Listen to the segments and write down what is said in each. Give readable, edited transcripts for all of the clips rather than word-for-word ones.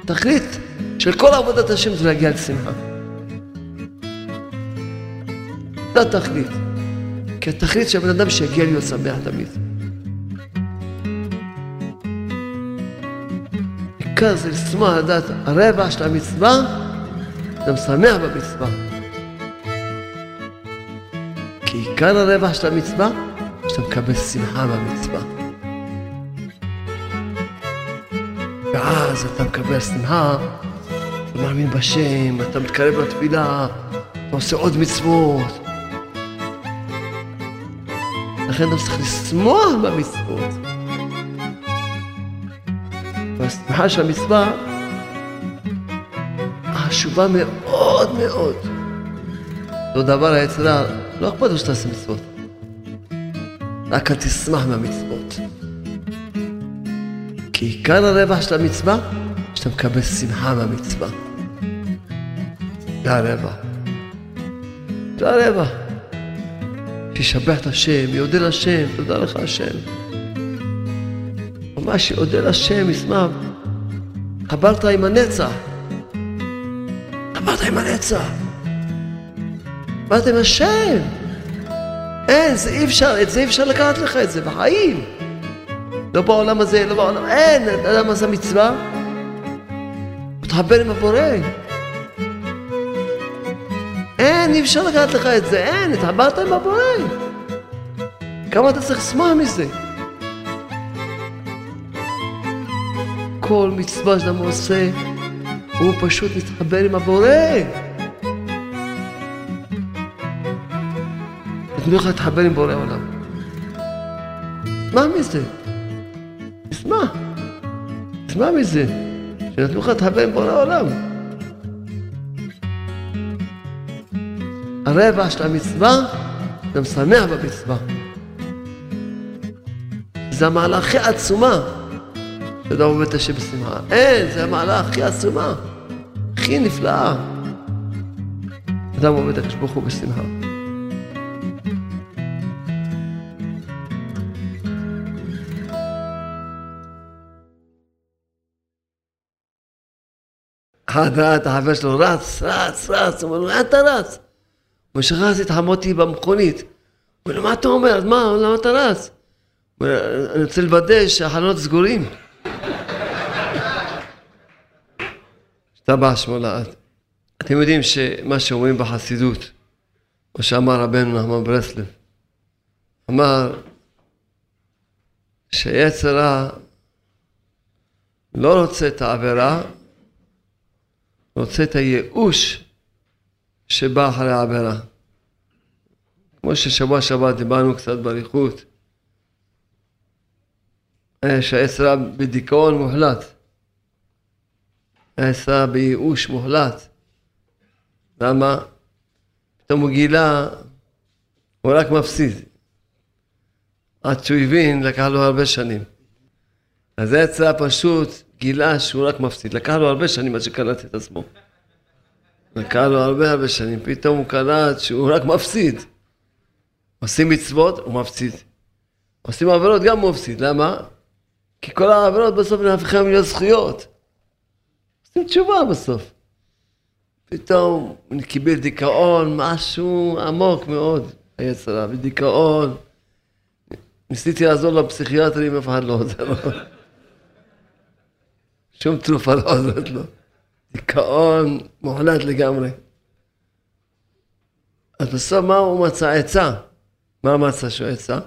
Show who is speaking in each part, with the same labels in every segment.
Speaker 1: התכלית של כל עבודת השם זה להגיע לשמחה. זה התכלית. כי התכלית של הבן אדם שיגיע להיות שמח תמיד. עיקר זה לשמוח לדעת הרווח של המצווה, אתה משמח במצווה. כי עיקר הרווח של המצווה, שאתה מקבל שמחה במצווה. ואז אתה מקבל שמחה, אתה מאמין בשם, אתה מתקרב לתפילה, אתה עושה עוד מצוות. לכן אתה צריך לשמוח במצוות. והשמחה של המצווה חשובה מאוד מאוד. אותו דבר היצרה, לא אכפת לו שתעשה מצוות. רק אל תשמח מהמצוות. כי עיקר הרווח של המצווה, שאתה מקבל שמחה מהמצווה. זה הרווח. זה הרווח. שישבח את השם, יודה לשם, תודה לך השם. ממש יודה לשם, ישמח. חברת עם הנצח. חברת עם הנצח. חברת עם השם. אין, זה אי אפשר, את זה אי אפשר לקחת לך את זה בחיים. לא בעולם הזה, לא בעולם, אין, אדם עשה מצווה. מתחבר עם הבורא. אין, אי אפשר לקחת לך את זה, אין, התחברת עם הבורא. כמה אתה צריך לשמוח מזה? כל מצווה שאדם עושה, הוא פשוט מתחבר עם הבורא. נתנו לך להתחבר עם בורא העולם. מה מזה? תשמע. תשמע מזה. שנתנו לך להתחבר עם בורא העולם. הרווח של המצווה, אתה משמח במצווה. זה המעלה הכי עצומה. שאתה עובד את השם בשמחה. אין, זה המעלה הכי עצומה. הכי נפלאה. אדם עובד את הקדוש ברוך הוא בשמחה. אחד ראה את החבר שלו, רץ, אומר לו, אתה רץ? הוא שכחתי את חמותי במכונית. הוא אומר לו, מה אתה אומר? אז מה? למה אתה רץ? הוא אומר, אני רוצה לוודא שהחלונות סגורים. השתבח שמו לעד. אתם יודעים שמה שאומרים בחסידות, מה שאמר רבנו נחמן ברסלב, אמר שיצר הרע לא רוצה את העבירה, רוצה את הייאוש שבא אחרי העבירה. כמו ששבוע שבת דיברנו קצת באריכות, שהיצר הרע בדיכאון מוחלט. היצר הרע בייאוש מוחלט. למה? פתאום הוא גילה, הוא רק מפסיד. עד שהוא הבין, לקח לו הרבה שנים. אז היצר הרע פשוט גילה שהוא רק מפסיד. לקח לו הרבה שנים עד שקלט את עצמו. לקח לו הרבה שנים. פתאום הוא קלט שהוא רק מפסיד. עושים מצוות, הוא מפסיד. עושים עבירות, גם הוא מפסיד. למה? כי כל העבירות בסוף נהפכים להיות זכויות. עושים תשובה בסוף. פתאום הוא קיבל דיכאון, משהו עמוק מאוד. היצר הרע, בדיכאון. ניסיתי לעזור לפסיכיאטרים, אף אחד לא עוזר לו. שום תרופה לא עוזרת לו. דיכאון מוחלט לגמרי. אז בסוף מה הוא מצא? עצה. מה מצא שהוא עצה?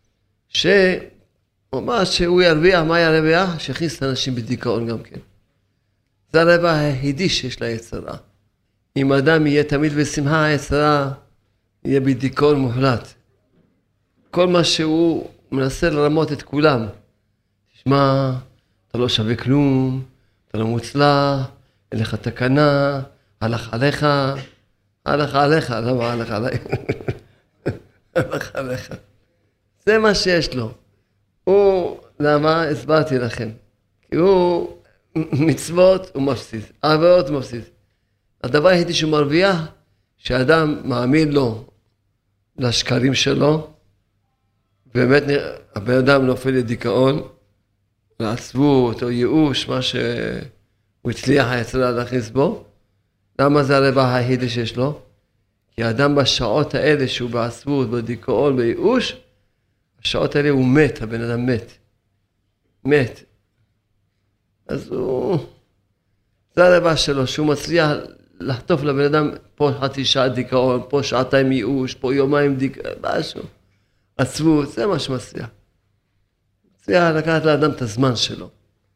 Speaker 1: שממש שהוא ירוויח, מה ירוויח? שיכניס את האנשים בדיכאון גם כן. זה הרווח היחידי שיש ליצר הרע. אם אדם יהיה תמיד בשמחה, היצר הרע יהיה בדיכאון מוחלט. כל מה שהוא מנסה לרמות את כולם. תשמע, אתה לא שווה כלום, אתה לא מוצלח, אין לך תקנה, הלך עליך, הלך עליך, למה הלך עליי? הלך עליך. זה מה שיש לו. הוא, למה? הסברתי לכם. כי הוא מצוות הוא מפסיד, עבירות הוא מפסיד. הדבר היחידי שהוא מרוויח, שאדם מאמין לו לשקרים שלו, באמת הבן אדם נופל לדיכאון, לעצבות או ייאוש, מה שהוא הוא הצליח היצרה להכניס בו. למה זה הרווח היחידי שיש לו? כי האדם בשעות האלה שהוא בעצבות, בדיכאון, בייאוש, בשעות האלה הוא מת, הבן אדם מת. מת. אז זה הרווח שלו, שהוא מצליח לחטוף לבן אדם פה חצי שעה דיכאון, פה שעתיים ייאוש, פה יומיים דיכאון, משהו. עצבות, זה מה שמצליח. מצליח לקחת לאדם את הזמן שלו.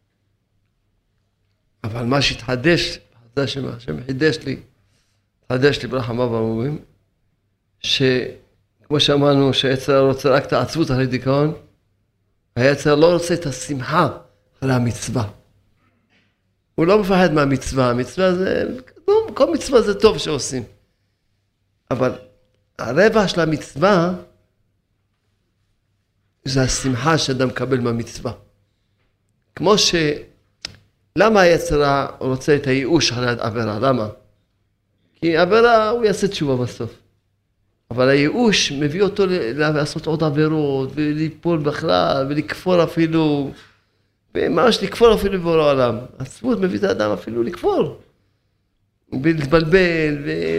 Speaker 1: אבל מה שהתחדש, זה השם חידש לי ברחמיו ואמורים, שכמו שאמרנו שהיצר רוצה רק את העצבות אחרי דיכאון, היצר לא רוצה את השמחה אחרי המצווה. הוא לא מפחד מהמצווה, המצווה זה, כל מצווה זה טוב שעושים. אבל הרווח של המצווה, זה השמחה שאדם מקבל מהמצווה. כמו למה היצר רוצה את הייאוש אחרי העבירה? למה? כי העבירה הוא יעשה תשובה בסוף. אבל הייאוש מביא אותו לעשות עוד עבירות, וליפול בכלל, ולכפור אפילו, וממש לכפור אפילו בבורא העולם. העצבות מביא את האדם אפילו לכפור. ולהתבלבל,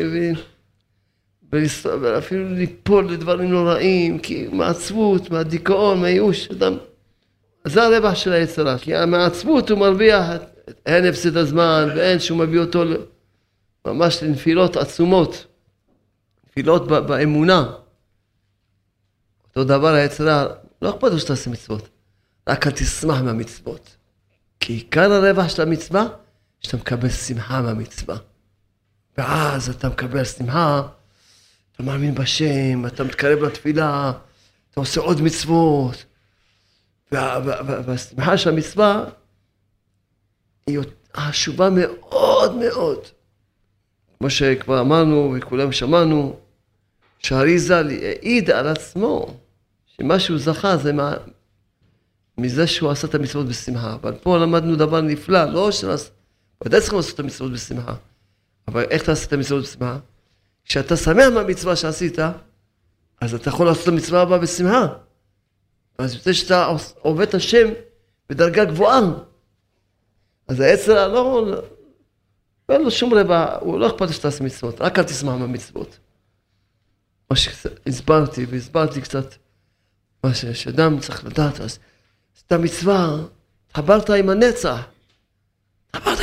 Speaker 1: ואפילו ליפול לדברים נוראים, כי מהעצבות, מהדיכאון, מהייאוש, אדם... זה הרווח של היצרה, כי מהעצבות הוא מרוויח, אין הפסד הזמן, ואין שהוא מביא אותו ממש לנפילות עצומות, נפילות באמונה. אותו דבר היצרה, לא אכפת לו שתעשה מצוות, רק אל תשמח מהמצוות. כי עיקר הרווח של המצווה, שאתה מקבל שמחה מהמצווה. ואז אתה מקבל שמחה, אתה מאמין בשם, אתה מתקרב לתפילה, אתה עושה עוד מצוות. והשמחה של המצווה היא חשובה מאוד מאוד. כמו שכבר אמרנו וכולם שמענו, שהאריז"ל העיד על עצמו, שמה שהוא זכה זה מזה שהוא עשה את המצוות בשמחה. אבל פה למדנו דבר נפלא, לא ודאי צריכים לעשות את המצוות בשמחה. אבל איך אתה עושה את המצוות בשמחה? כשאתה שמח מהמצווה שעשית, אז אתה יכול לעשות את המצווה הבאה בשמחה. אז זה שאתה עובד את השם בדרגה גבוהה. אז העצר לא לו שום רבע, הוא לא אכפת שאתה עושה מצוות, רק אל תשמח מהמצוות. מה שהסברתי קצת, מה שאדם צריך לדעת, אז את המצווה, התחברת עם הנצח, התחברת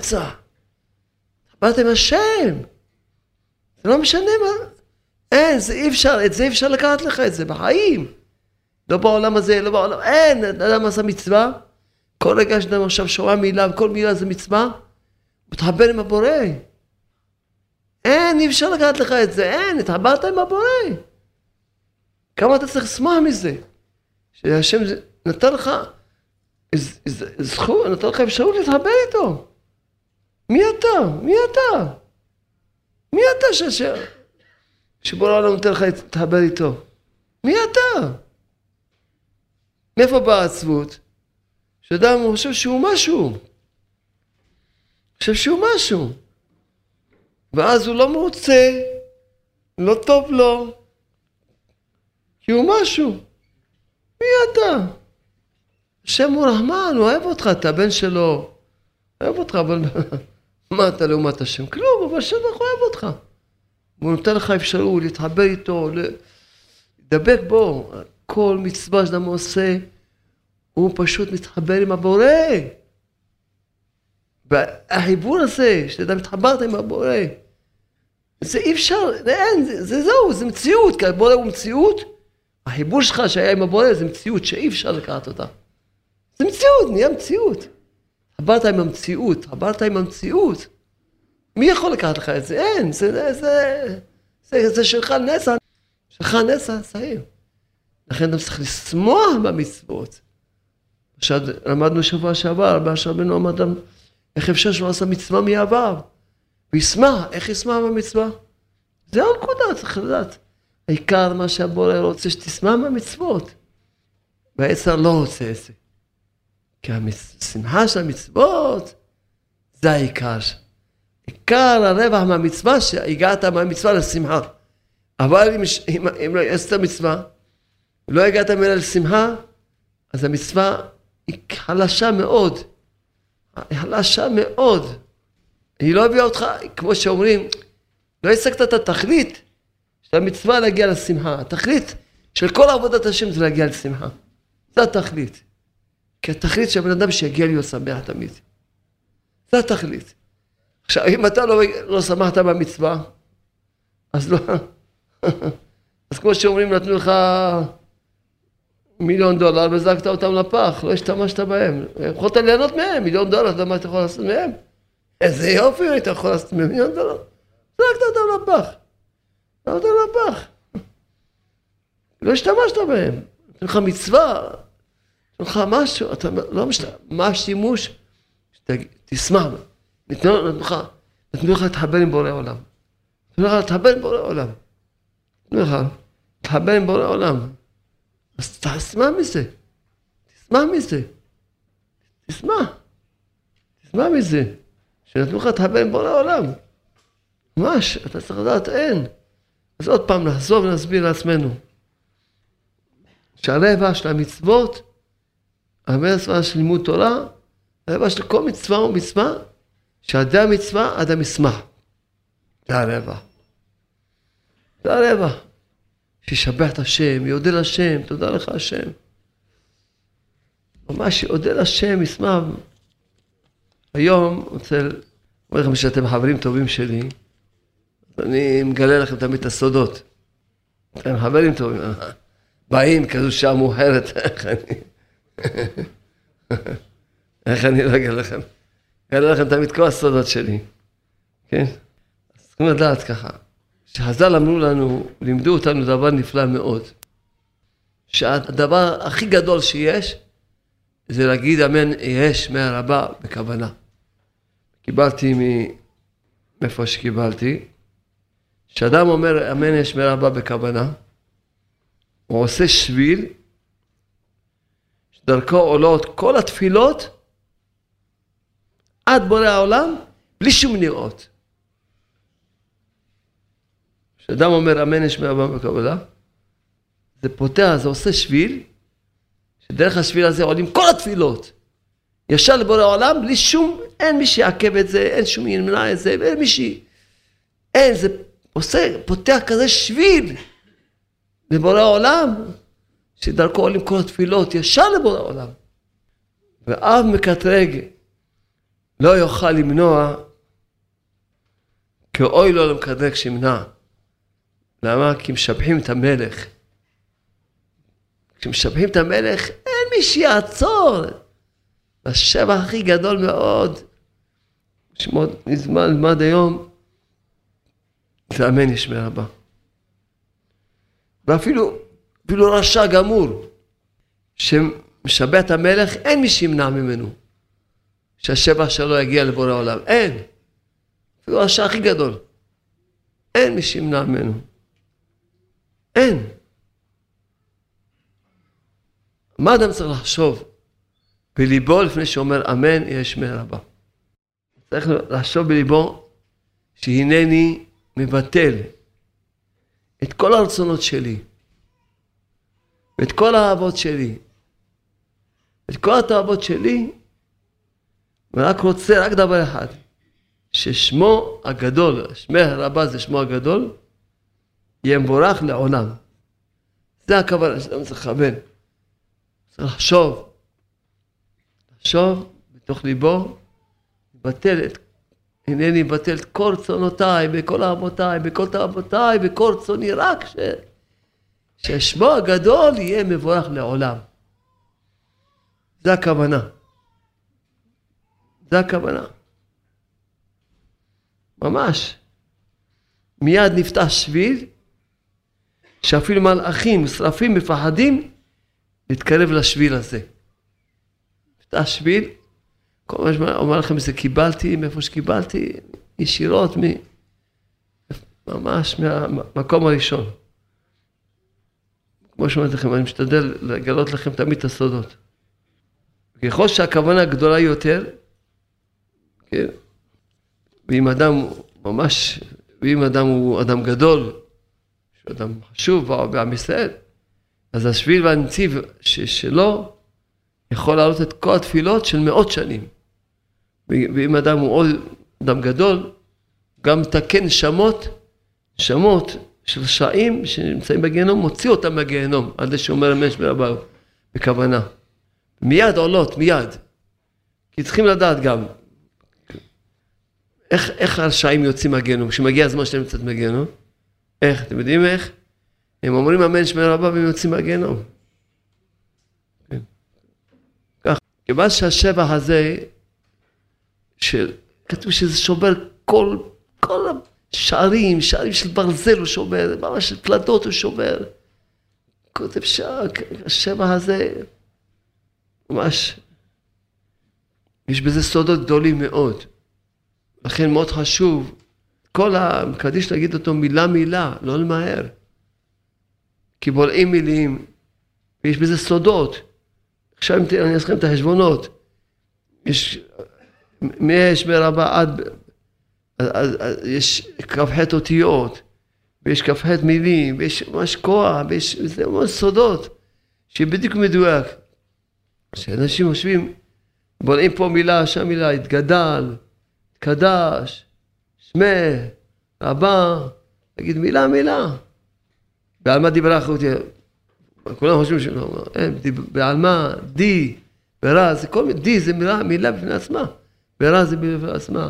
Speaker 1: עם השם. זה לא משנה מה, אין, זה אי אפשר, את זה אי אפשר לקחת לך את זה בחיים. לא בעולם הזה, לא בעולם, אין, אדם עשה מצווה, כל רגע שאדם עכשיו שומע מילה, וכל מילה זה מצווה, מתחבר עם הבורא. אין, אי אפשר לקחת לך את זה, אין, התחברת עם הבורא. כמה אתה צריך לשמוח מזה? שהשם נתן לך זכות, נתן לך אפשרות להתחבר איתו. מי אתה שבורא העולם נותן לך להתחבר איתו? מי אתה? מאיפה באה העצבות? שאדם חושב שהוא משהו. ואז הוא לא מרוצה, לא טוב לו, כי הוא משהו. מי אתה? השם הוא רחמן, הוא אוהב אותך, אתה הבן שלו. אוהב אותך, אבל מה אתה לעומת השם? כלום, אבל השם אוהב אותך. הוא נותן לך אפשרות להתחבר איתו, לדבק בו. כל מצווה שאדם עושה, הוא פשוט מתחבר עם הבורא. והחיבור הזה, שאתה מתחברת עם הבורא, זה אי אפשר, זהו, זה מציאות, כי הבורא הוא מציאות. החיבור שלך שהיה עם הבורא, זה מציאות שאי אפשר לקחת אותה. זה מציאות, נהיה מציאות. התחברת עם המציאות. מי יכול לקחת לך את זה? אין, זה שלך נצח. סעיר. לכן אתה צריך לשמוח במצוות. למדנו שבוע שעבר, באשר בנו אמרתם, איך אפשר שהוא עשה מצווה מעבר? וישמח, איך ישמח במצווה? זה הנקודה, צריך לדעת. העיקר מה שהבורא רוצה שתשמח במצוות. והיצר לא רוצה את זה. כי השמחה של המצוות, זה העיקר. עיקר הרווח מהמצווה, שהגעת מהמצווה לשמחה. אבל אם לא עשית מצווה, לא הגעת ממנה לשמחה, אז המצווה היא חלשה מאוד. היא חלשה מאוד. היא לא הביאה אותך, כמו שאומרים, לא השגת את התכלית של המצווה להגיע לשמחה. התכלית של כל עבודת השם זה להגיע לשמחה. זה התכלית. כי התכלית של הבן אדם שיגיע להיות שמח תמיד. זה התכלית. עכשיו, אם אתה לא שמחת במצווה, אז לא... אז כמו שאומרים, נתנו לך $1,000,000 וזרקת אותם לפח, לא השתמשת בהם. יכולת ליהנות מהם, $1,000,000, אתה יודע מה אתה יכול לעשות מהם? איזה יופי, היית יכול לעשות מהם $1,000,000. זרקת אותם לפח. זרקת אותם לפח. לא השתמשת בהם. נתנו לך מצווה, נתנו לך משהו, אתה לא משתמש. מה השימוש? תשמח. נתנו לך להתחבר עם בורא עולם. נתנו לך להתחבר עם בורא עולם. נתנו לך להתחבר עם בורא עולם. אז תשמח מזה. תשמח מזה. תשמח. תשמח מזה. שנתנו לך להתחבר עם בורא עולם. ממש, אתה צריך לדעת, אין. אז עוד פעם נחזור ונסביר לעצמנו. שהרבע של המצוות, הרבע של לימוד תורה, הרבע של כל מצווה ומצווה, שעדי המצווה עד המשמח. זה הרבע. זה הרבע. שישבח את השם, יודה לשם, תודה לך השם. ממש יודה לשם, ישמח. היום, אומר לכם שאתם חברים טובים שלי, אני מגלה לכם תמיד את הסודות. אתם חברים טובים. באים כזו שעה מאוחרת, איך אני לא אגלה לכם? אגלה לכם תמיד כל הסודות שלי. כן? אז צריכים לדעת ככה. שחז"ל אמרו לנו, לימדו אותנו דבר נפלא מאוד. שהדבר הכי גדול שיש, זה להגיד אמן יש מהרבה בכוונה. קיבלתי מאיפה שקיבלתי, שאדם אומר אמן יש מהרבה בכוונה, הוא עושה שביל, שדרכו עולות כל התפילות, עד בורא העולם, בלי שום נראות. כשאדם אומר אמן יש מהרבה בכוונה, זה פותח, זה עושה שביל, שדרך השביל הזה עולים כל התפילות, ישר לבורא העולם, בלי שום, אין מי שיעכב את זה, אין שום ימנע את זה, אין מי אין, זה עושה, פותח כזה שביל, לבורא העולם, שדרכו עולים כל התפילות, ישר לבורא העולם. ואב מקטרג לא יוכל למנוע, כי אוי לו למקטרג שימנע. למה? כי משבחים את המלך. כשמשבחים את המלך, אין מי שיעצור. השבח הכי גדול מאוד, שמות נלמד היום, זה אמן יש מהרבה. ואפילו רשע גמור, שמשבח את המלך, אין מי שימנע ממנו, שהשבח שלו יגיע לבורא העולם. אין. אפילו רשע הכי גדול. אין מי שימנע ממנו. אין. מה אדם צריך לחשוב בליבו לפני שאומר אמן יש מהרבה? צריך לחשוב בליבו שהנני מבטל את כל הרצונות שלי, ואת כל האהבות שלי, את כל התאוות שלי, ורק רוצה רק דבר אחד, ששמו הגדול, שמי הרבה זה שמו הגדול, יהיה מבורך לעולם. זה הכוונה שאתה צריך לכוון. צריך לחשוב בתוך ליבו, הנני מבטל את כל רצונותיי, בכל אהבותיי, בכל תאוותיי, בכל רצוני, רק ששמו הגדול יהיה מבורך לעולם. זה הכוונה. זה הכוונה. ממש. מיד נפתח שביל, שאפילו מלאכים, שרפים, מפחדים, להתקרב לשביל הזה. נפתח שביל, כל מה שאומר לכם זה קיבלתי, מאיפה שקיבלתי, ישירות, ממש מהמקום הראשון. כמו שאומרת לכם, אני משתדל לגלות לכם תמיד את הסודות. ככל שהכוונה גדולה יותר, כן? ואם אדם ממש, ואם אדם הוא אדם גדול, שהוא אדם חשוב בעם ישראל, אז השביל והנציב שלו יכול לעלות את כל התפילות של מאות שנים. ואם אדם הוא עוד אדם גדול, גם תקן שמות של שעים שנמצאים בגיהנום, מוציא אותם מהגיהנום, עד זה שאומר אמן שמרבה בכוונה. מיד עולות, מיד. כי צריכים לדעת גם, איך הרשעים יוצאים מהגיהנום, כשמגיע הזמן שלהם יוצאים מהגיהנום, איך, אתם יודעים איך? הם אומרים אמן שמרבה והם יוצאים מהגיהנום. כן. כך, כיוון שהשבע הזה, כתוב שזה שובר כל השערים, שערים של ברזל הוא שובר, ממש של פלדות הוא שובר. כותב שהשבע הזה, ממש, יש בזה סודות גדולים מאוד. לכן מאוד חשוב, כל הקדיש להגיד אותו מילה, לא למהר. כי בולעים מילים, ויש בזה סודות. עכשיו אני אעשה לכם את החשבונות. יש ברבה עד, יש כ"ח אותיות, ויש כ"ח מילים, ויש ממש כוח, ויש ממש סודות, שבדיוק מדויק. שאנשים חושבים, בולעים פה מילה, שם מילה, התגדל, התקדש, שמע, רבה, תגיד מילה. בעל מה דיברה אחותי? כולם חושבים שלא, בעל מה, די, ברע, זה כל מיני, די זה מילה בפני עצמה, ברע זה מילה בפני עצמה.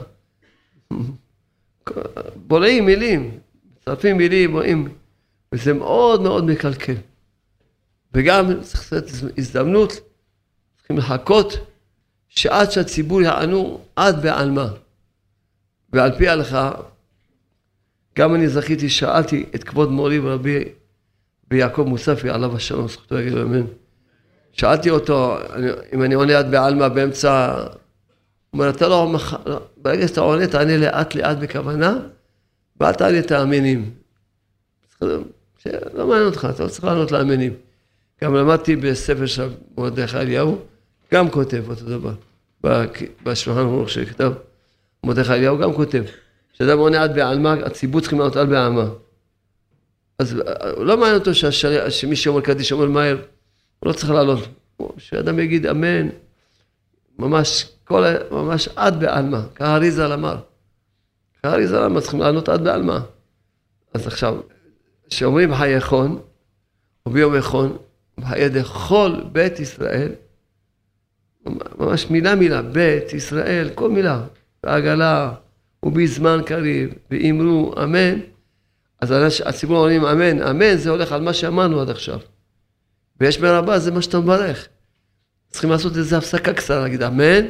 Speaker 1: בולעים מילים, מצרפים מילים, בולעים, וזה מאוד מאוד מקלקל. וגם צריך לתת הזדמנות, צריכים לחכות, שעד שהציבור יענו עד בעלמה. ועל פי ההלכה, גם אני זכיתי, שאלתי את כבוד מורי ורבי ביעקב מוספי, עליו השלום, זכותו יגיד אמן. שאלתי אותו, אם אני עונה עד בעלמה באמצע, הוא אומר, אתה לא, ברגע שאתה עונה, תענה לאט בכוונה, ואל תענה את האמינים. לא מעניין אותך, אתה לא צריך לענות לאמינים. גם למדתי בספר של מרדכי אליהו, גם כותב אותו דבר. בשולחן ערוך שכתב, מרדכי אליהו גם כותב, שאדם עונה עד בעלמה, הציבור צריכים לענות עד בעלמה. אז לא מעניין אותו שמי שאומר קדיש אומר מהר, הוא לא צריך לעלות. שאדם יגיד אמן, ממש עד בעלמה, כהריזל אמר. כהריזל אמר, צריכים לענות עד בעלמה. אז עכשיו, שאומרים חייכון, וביום יחון, ובידי כל בית ישראל, ממש מילה, בית ישראל, כל מילה, בעגלה, ובזמן קריב, ואמרו אמן, אז הציבור אומרים אמן, זה הולך על מה שאמרנו עד עכשיו. ויש ברבה, זה מה שאתה מברך. צריכים לעשות איזו הפסקה קצרה, להגיד אמן,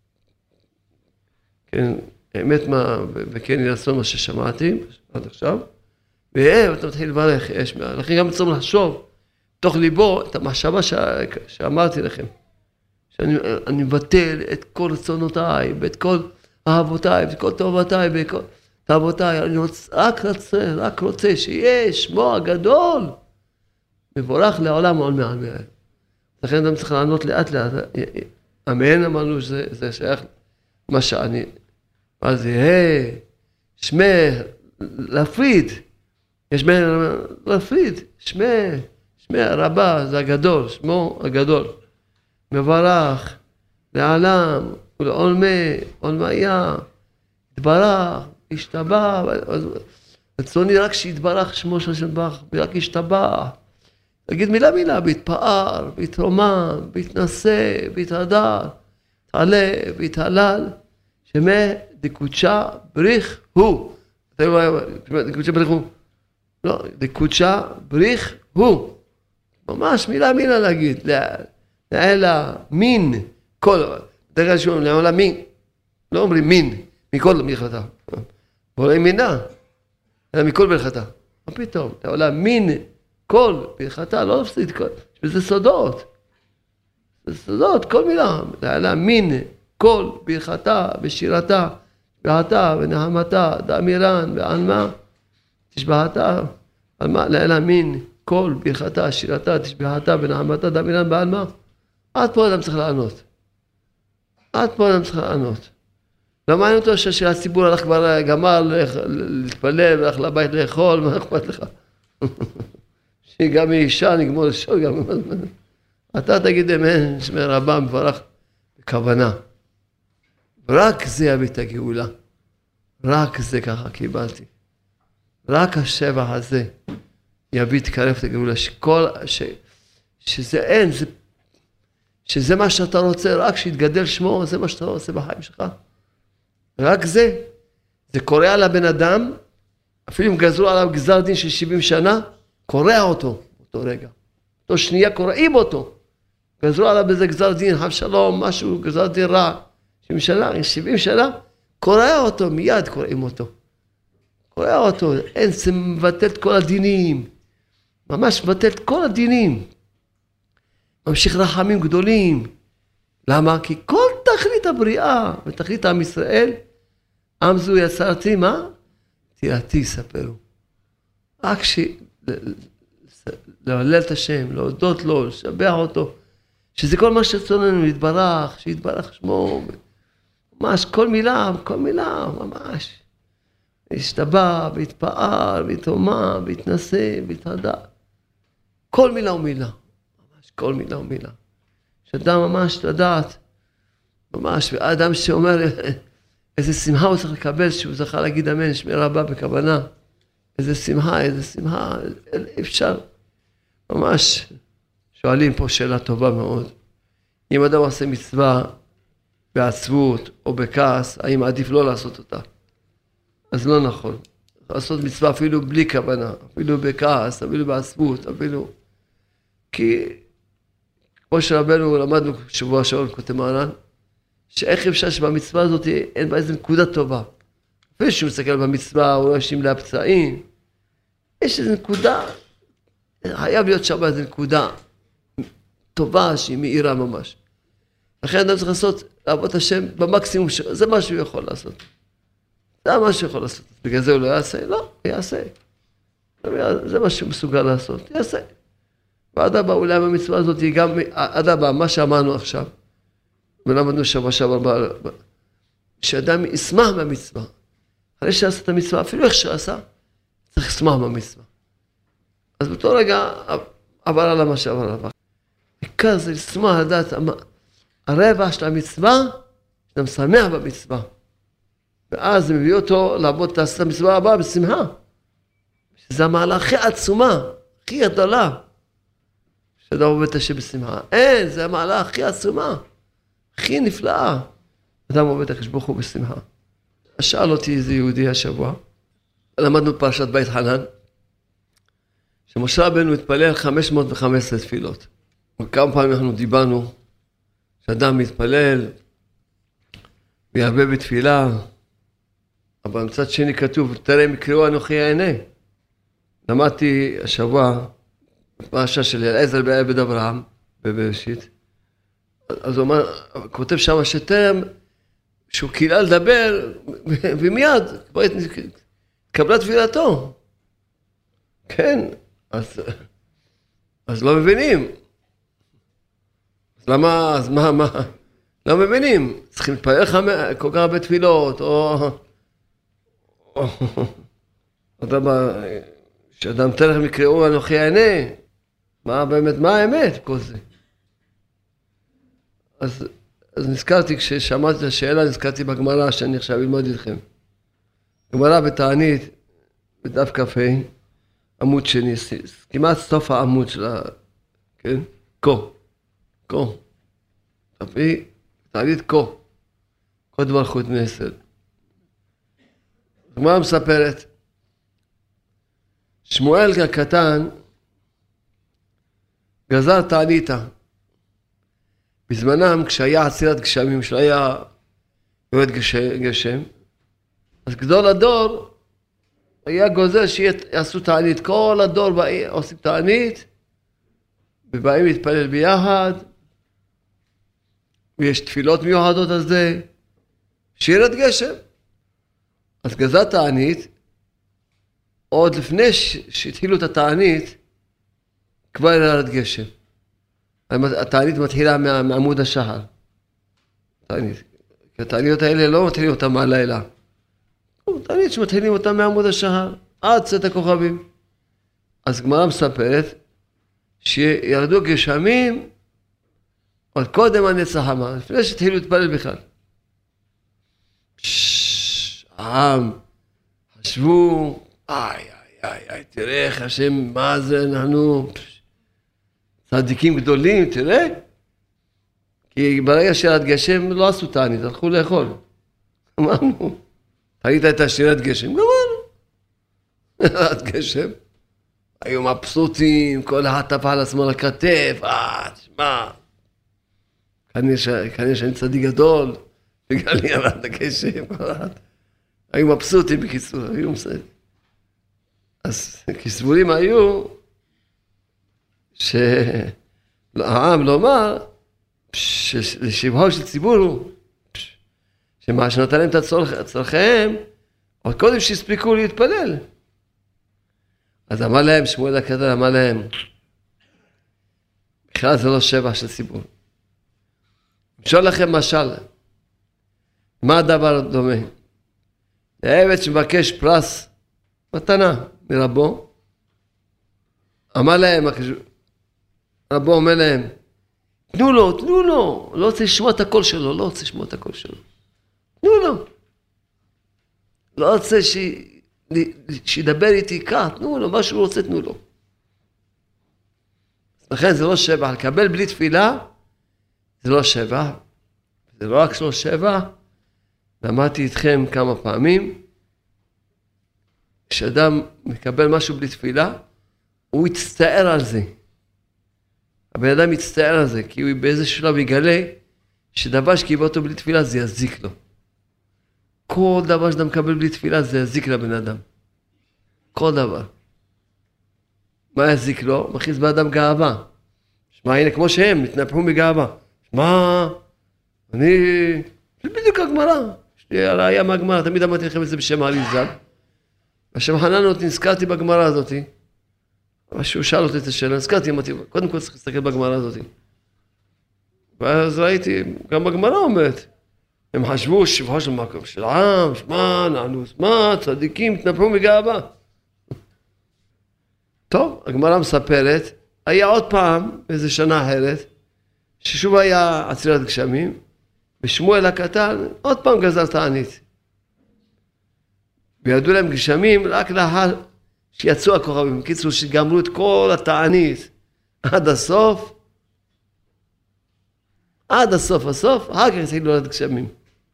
Speaker 1: כן, האמת מה, וכן לעשות מה ששמעתי עד עכשיו, ואתה מתחיל לברך, לכן גם צריכים לחשוב, תוך ליבו, את המחשבה שאמרתי לכם, שאני מבטל את כל רצונותיי, ואת כל אהבותיי, ואת כל טובותיי, וכל תאבותיי, אני רק רוצה שיהיה שמו הגדול, מבורך לעולם עול מעל מעל. לכן אדם צריך לענות לאט, אמן, אמרנו שזה שייך מה שאני, מה זה, שמע, להפריד, יש להפריד, שמע רבה, זה הגדול, שמו הגדול. מברך לעולם ולעולמיה, התברך, השתבח, רצוני רק שיתברך שמו של השם ברך, רק השתבח. תגיד מילה, בהתפאר, בהתרומם, בהתנשא, בהתהדר, תעלה, בהתהלל, שמה דקודשה בריך הוא. דקודשה בריך הוא. לא, דקודשה בריך הוא. ממש מילה להגיד. לעלה מין, כל, דרך שאומרים, לעלה מין, לא אומרים מין, מכל ברכתה. אומרים מינה, אלא מכל ברכתה. מה פתאום? לעלה מין, כל ברכתה, לא להפסיד כל, יש בזה סודות. זה סודות, כל מילה. לעלה מין, כל ברכתה, בשירתה, תשבחתה ונחמתה, דאמירן ועלמה, תשבחתה, לעלה מין, כל ברכתה, שירתה, תשבחתה ונחמתה, דאמירן ועלמה. עד פה אדם צריך לענות. לא מעניין אותו שהציבור הלך כבר גמר להתפלל, והלך לבית לאכול, מה אכפת לך? שגם אישה נגמור לשאול, גם... אתה תגיד אמן, שמע רבה מברך בכוונה. רק זה יביא את הגאולה. רק זה ככה קיבלתי. רק השבח הזה יביא תקרב את הגאולה. שזה אין, שזה מה שאתה רוצה, רק שיתגדל שמו, זה מה שאתה רוצה בחיים שלך. רק זה. זה קורע לבן אדם, אפילו אם גזרו עליו גזר דין של 70 שנה, קורע אותו, אותו רגע. אותו שנייה קורעים אותו. גזרו עליו בזה גזר דין, חב שלום, משהו, גזר דין רע. 70 שנה, קורע אותו, מיד קוראים אותו. קורע אותו, אין, זה מבטל את כל הדינים. ממש מבטל את כל הדינים. ממשיך רחמים גדולים. למה? כי כל תכלית הבריאה ותכלית עם ישראל, עם זו יצרתי, מה? תהילתי יספרו. רק להלל את השם, להודות לו, לשבח אותו, שזה כל מה שצוננו, להתברך, שיתברך שמו, ממש כל מילה, ממש. להשתבח, והתפעל, והתאומה, והתנשא, והתהדה. כל מילה ומילה. ממש כל מילה ומילה. שאדם ממש לדעת, ממש, והאדם שאומר איזה שמחה הוא צריך לקבל, שהוא זכה להגיד אמן, שמי רבה בכוונה. איזה שמחה, אפשר. ממש, שואלים פה שאלה טובה מאוד. אם אדם עושה מצווה בעצבות או בכעס, האם עדיף לא לעשות אותה? אז לא נכון. לעשות מצווה אפילו בלי כוונה, אפילו בכעס, אפילו בעצבות, אפילו... כי כמו שרבנו למדנו שבוע שעון כותב מרן, שאיך אפשר שבמצווה הזאת אין בה איזו נקודה טובה. אפילו שהוא מסתכל במצווה, הוא לא ישים לה פצעים. יש איזו נקודה, חייב להיות שם איזו נקודה טובה שהיא מאירה ממש. לכן אדם צריך לעבוד את השם במקסימום, זה מה שהוא יכול לעשות. זה מה שהוא יכול לעשות. בגלל זה הוא לא יעשה? לא, הוא יעשה. זה מה שהוא מסוגל לעשות, יעשה. ועד הבא אולי במצווה הזאת היא גם, עד הבא, מה שאמרנו עכשיו, ולמדנו שבוע שעבר, שאדם ישמח במצווה. אחרי שעשה את המצווה, אפילו איך שעשה, צריך לשמח במצווה. אז באותו רגע עבר עליו מה שעבר עליו. עיקר זה לשמח, לדעת, הרווח של המצווה, שאתה משמח במצווה. ואז זה מביא אותו לעבוד את המצווה הבאה בשמחה. שזה המעלה הכי עצומה, הכי גדולה. שאדם עובד את השם בשמחה. אין, זה המעלה הכי עצומה, הכי נפלאה. אדם עובד את הקדוש ברוך הוא בשמחה. שאל אותי איזה יהודי השבוע, למדנו פרשת בית חנן, שמשה רבנו התפלל 515 תפילות. וכמה פעמים אנחנו דיברנו, שאדם מתפלל, וירבה בתפילה, אבל מצד שני כתוב, תראה מקראו אנוכי אענה. למדתי השבוע, בפרשה של אלעזר בעבד אברהם, בבראשית, אז הוא אומר, כותב שם שטרם, שהוא קילה לדבר, ומיד, כבר התקבלה תפילתו. כן, אז לא מבינים. אז למה, מה? לא מבינים. צריכים להתפלל כל כך הרבה תפילות, או שאדם תלך מקראו אנוכי אענה. מה באמת, מה האמת כל זה? אז נזכרתי, כששמעתי את השאלה, נזכרתי בגמרא שאני עכשיו ללמוד איתכם. גמרא בתענית, בדף כ"ה, עמוד שני, כמעט סוף העמוד שלה, כן? כה. תביא, תענית כה דבר חוט מעשר. הגמרא מספרת, שמואל הקטן גזר תעניתה. בזמנם, כשהיה עצירת גשמים, כשהיה יורד גשם, אז גדול הדור היה גוזר שיעשו תענית. כל הדור עושים תענית, ובאים להתפלל ביחד, ויש תפילות מיוחדות על זה, שירד גשם. אז גזר תענית, עוד לפני שהתחילו את התענית, כבר ירד גשם. התענית מתחילה מעמוד השחר. כי התעניות האלה לא מתחילים אותם מהלילה. תענית שמתחילים אותם מעמוד השחר, עד צאת הכוכבים. אז גמרא מספרת שירדו גשמים עוד קודם הנץ החמה, לפני שהתחילו להתפלל בכלל. העם חשבו, תראה איך השם, מה זה, אנחנו צדיקים גדולים, תראה. כי ברגע שירת גשם לא עשו תענית, הלכו לאכול. אמרנו, ראית את השירת גשם, גמרנו. שירת גשם. היו מבסוטים, כל אחד טפל על עצמו לכתף, תשמע. כנראה שאני צדיק גדול, בגלל ירד הגשם. היו מבסוטים בקיצור, היו מסעדים. אז כסבורים היו, שהעם לומר, לשבחו של ציבור הוא, שמה שנתן להם את צורכיהם, עוד קודם שהספיקו להתפלל. אז אמר להם, שמואל הקטן אמר להם, בכלל זה לא שבח של ציבור. משול לכם משל, מה הדבר דומה? לעבד שמבקש פרס מתנה מרבו, אמר להם, רבו אומר להם, תנו לו, לא רוצה לשמוע את הקול שלו, תנו לו. לא רוצה שידבר איתי כך, תנו לו, מה שהוא רוצה, תנו לו. לכן זה לא שבח, לקבל בלי תפילה, זה לא שבח. זה לא רק לא שבח, למדתי איתכם כמה פעמים, כשאדם מקבל משהו בלי תפילה, הוא יצטער על זה. הבן אדם יצטער על זה, כי הוא באיזה שלב יגלה, שדבר שקיבל אותו בלי תפילה, זה יזיק לו. כל דבר שאתה מקבל בלי תפילה, זה יזיק לבן אדם. כל דבר. מה יזיק לו? מכניס באדם גאווה. שמע, הנה, כמו שהם, נתנפחו מגאווה. שמע, אני... זה בדיוק הגמרא. יש לי הראייה מהגמרא, תמיד אמרתי לכם את זה בשם האריז"ל. בשם חננות נזכרתי בגמרא הזאת. אבל שהוא שאל אותי את השאלה, נזכרתי, אמרתי, קודם כל צריך להסתכל בגמרא הזאת. ואז ראיתי, גם בגמרא אומרת, הם חשבו שבחו של מקום של עם, שמע, נענוס, מה, צדיקים, התנפחו מגאווה. טוב, הגמרא מספרת, היה עוד פעם, איזו שנה אחרת, ששוב היה עצירת גשמים, ושמואל הקטן, עוד פעם גזר תענית. וידעו להם גשמים רק לאחר שיצאו הכוכבים. בקיצור, שגמרו את כל התענית עד הסוף, אחר כך התחילו לרדת גשמים.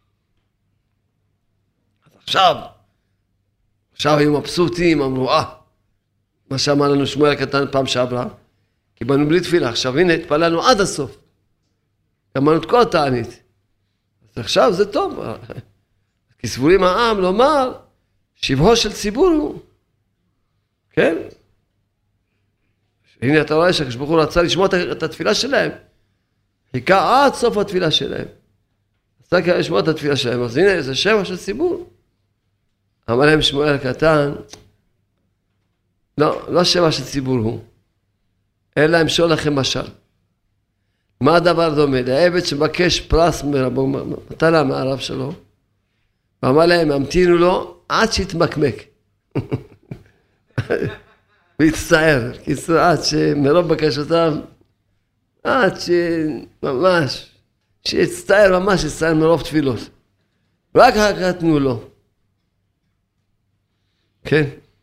Speaker 1: אז עכשיו היו מבסוטים, אמרו, מה שאמר לנו שמואל הקטן פעם שעברה, קיבלנו בלי תפילה, עכשיו הנה, התפללנו עד הסוף. גמרנו את כל התענית. אז עכשיו זה טוב. כי סבורים העם לומר, שבחו של ציבור הוא. כן? הנה אתה רואה שהקדוש ברוך הוא רצה לשמוע את התפילה שלהם. חיכה עד סוף התפילה שלהם. רצה לשמוע את התפילה שלהם. אז הנה זה שבח של ציבור. אמר להם שמואל הקטן, לא שבח של ציבור הוא. אלא המשול לכם משל. מה הדבר דומה? לעבד שמבקש פרס מרבו, מתנה מהרב שלו. ואמר להם, המתינו לו עד שיתמקמק. והצטער, קיצור, עד שמרוב בקשותיו, עד שממש, שיצטער ממש, יצטער מרוב תפילות. רק נתנו לו. כן.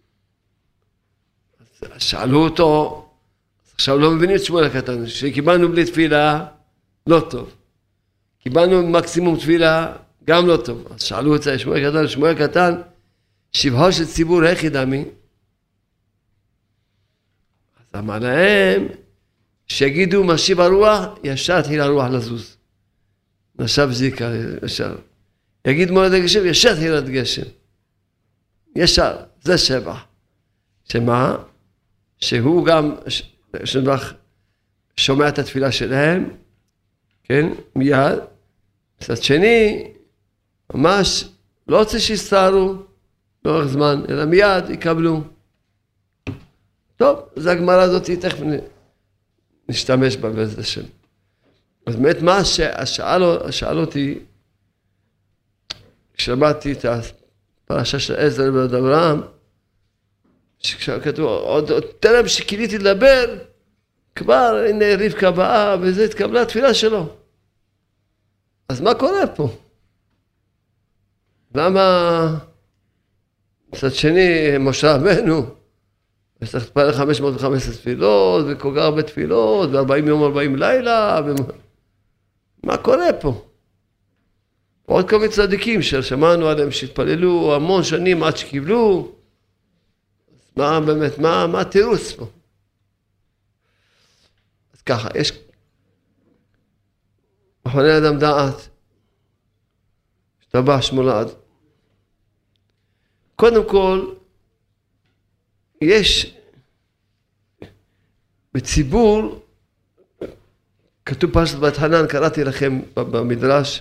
Speaker 1: אז שאלו אותו, עכשיו לא מבינים את שמואל הקטן, שקיבלנו בלי תפילה, לא טוב. קיבלנו מקסימום תפילה, גם לא טוב. אז שאלו את זה, שמואל קטן, שבחו של ציבור, איך ידעמי? אז אמר להם, שיגידו משיב הרוח, ישר תחיל הרוח לזוז. נשב זיקה, ישר. יגיד מולד הגשם, ישר תחיל הגשם. ישר, זה שבח. שמה? שהוא גם שבח שומע את התפילה שלהם, כן, מיד. מצד שני, ממש לא רוצה שיסתערו לאורך זמן, אלא מיד יקבלו. טוב, זו הגמרא הזאת, תכף נשתמש בה בעזרת השם. אז באמת מה ששאל אותי, כשלמדתי את הפרשה של עזרא בן אברהם, שכתוב, עוד טרם שכיליתי לדבר, כבר הנה רבקה באה, וזה התקבלה התפילה שלו. אז מה קורה פה? למה מצד שני, משה רבנו, צריך להתפלל 515 תפילות, וכל כך הרבה תפילות, ו40 יום 40 לילה, מה קורה פה? עוד כל מיני צדיקים ששמענו עליהם שהתפללו המון שנים עד שקיבלו, אז מה באמת, מה התירוץ פה? אז ככה, יש אחרוני אדם דעת, השתבח שמו לעד. קודם כל, יש בציבור, כתוב פרשת בת חנן, קראתי לכם במדרש,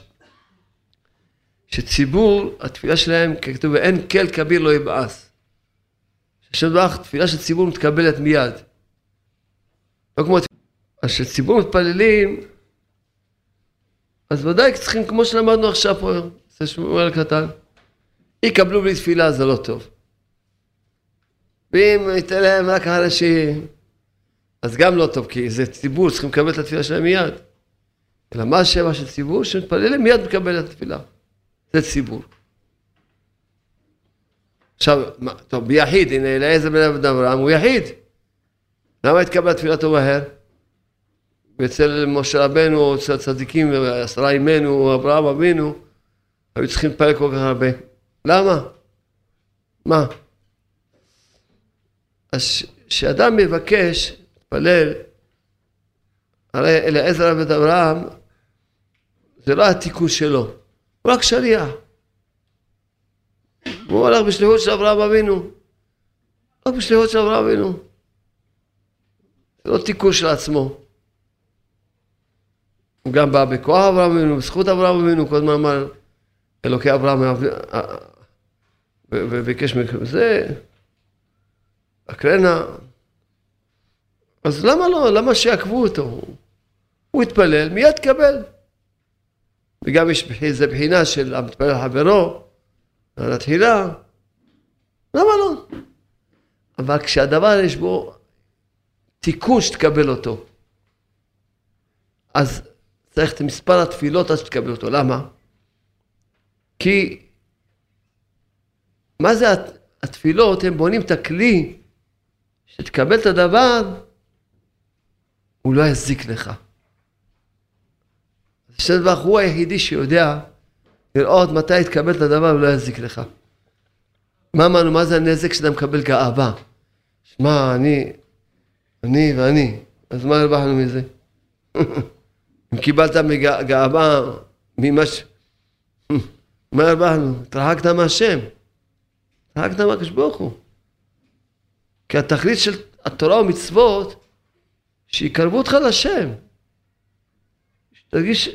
Speaker 1: שציבור, התפילה שלהם, כתוב, ואין כל כביר לא יבעס. ששבח, תפילה של ציבור מתקבלת מיד. לא כמו, אז שציבור מתפללים, אז ודאי צריכים, כמו שלמדנו עכשיו פה, זה שמואל קטן, יקבלו בלי תפילה, זה לא טוב. ואם ייתן להם רק האנשים, אז גם לא טוב, כי זה ציבור, צריכים לקבל את התפילה שלהם מיד. אלא מה השבע של ציבור? שמתפללים מיד מקבל את התפילה. זה ציבור. עכשיו, טוב, ביחיד, הנה, אליעזר בן עבד אברהם, הוא יחיד. למה התקבל תפילתו מהר? ואצל משה רבנו, או אצל צדיקים, עשרה ימינו, או אברהם אבינו, היו צריכים להתפלל כל כך הרבה. למה? מה? אז שאדם מבקש, להתפלל, הרי אליעזר בן אברהם, זה לא התיקון שלו, הוא רק שליח. הוא הולך בשליחות של אברהם אבינו. רק בשליחות של אברהם אבינו. זה לא תיקון של עצמו. הוא גם בא בכוח אברהם אבינו, בזכות אברהם אבינו, כל הזמן אמר, אלוקי אברהם, וביקש מכם, זה הקרנה. אז למה לא? למה שיעקבו אותו? הוא יתפלל, מיד תקבל. וגם יש זה בחינה של המתפלל חברו, על התחילה, למה לא? אבל כשהדבר יש בו תיקון שתקבל אותו, אז צריך את מספר התפילות עד שתקבל אותו. למה? כי מה זה התפילות? הם בונים את הכלי שתקבל את הדבר, הוא לא יזיק לך. שדבר הוא היחידי שיודע לראות מתי יתקבל את הדבר ולא יזיק לך. מה אמרנו? מה זה הנזק שאתה מקבל גאווה? שמע, אני ואני. אז מה הרווחנו מזה? אם קיבלת גאווה ממש... מה הרווחנו? התרחקת מהשם. התרחקת מהקדוש ברוך הוא. כי התכלית של התורה ומצוות, שיקרבו אותך לשם. שתרגיש...